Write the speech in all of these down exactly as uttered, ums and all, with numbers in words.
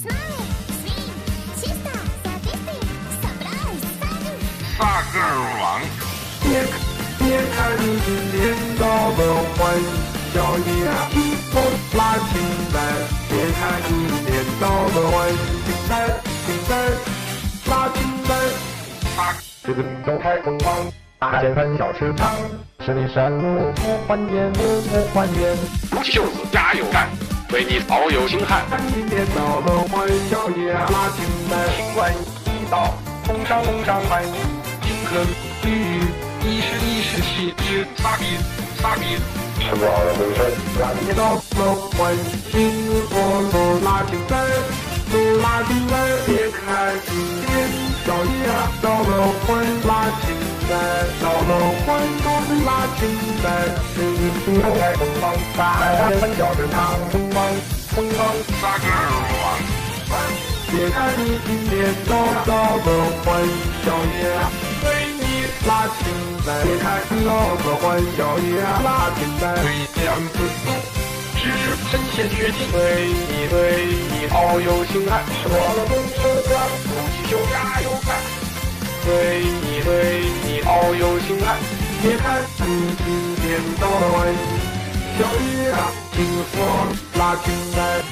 大个儿王， 别别看你今天搞得欢笑也一波拉进来，别看你今天搞得欢进来进来拉进来。这个都太疯狂，大键盘小池塘，是你山路不还原不还原。 袖子加油干，为你遨游星汉。 今天搞得欢笑也拉进来，新冠一到，风上风上来。和地狱，一时一时气质， 傻逼，傻逼。 什么样的人生？让你到了欢心，我都拉进来，都拉进来。别看今天小夜到了欢，拉进来，到了欢都是拉进来。人生都太疯狂，大键盘小池塘，疯狂疯狂。 大个儿王， 别看你今天到到了欢小夜。为你拉进来，别看老子欢笑也拉进来。 对娘子送，只是神仙绝技。 为你为你遨游星海， 我的公车上不气球加油干。 为你为你遨游星海，别看你今天到了欢笑也听我拉进来。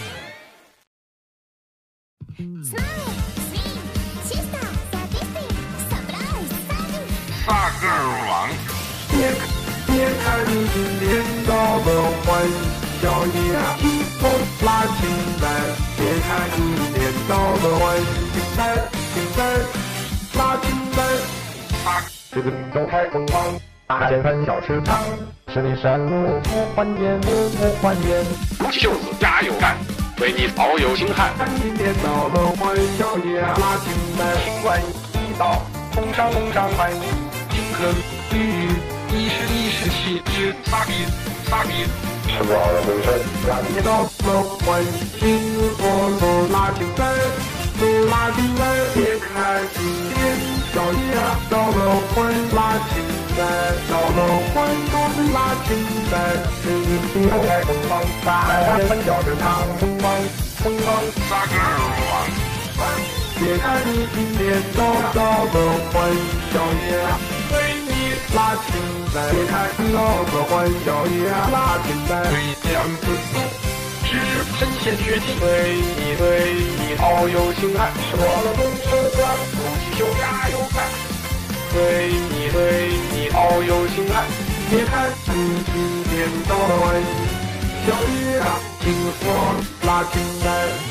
大个儿王， 别别看你今天搞得欢笑也一波拉进来，别看你今天搞得欢进来进来拉进来。这个都太疯狂，大键盘小池塘，是你山路不还原不还原。 袖子加油干，为你遨游星汉。 今天到了欢笑也拉进来，新冠一到，风上风上来。和地狱，一时一时气质， 傻逼，傻逼。 什么样的人生？让你到了欢心，我都拉进来，都拉进来。别看今天小夜到了欢，拉进来，到了欢都是拉进来。人生都太疯狂，大键盘小池塘，疯狂疯狂。 大个儿王， 别看你今天到到了欢笑夜。为你拉进来，别看老子欢笑也拉进来。 对娘子送，只是神仙绝技。 为你为你遨游星海， 我的公车上不气球加油干。 为你为你遨游星海，别看你今天到了欢笑也听我拉进来。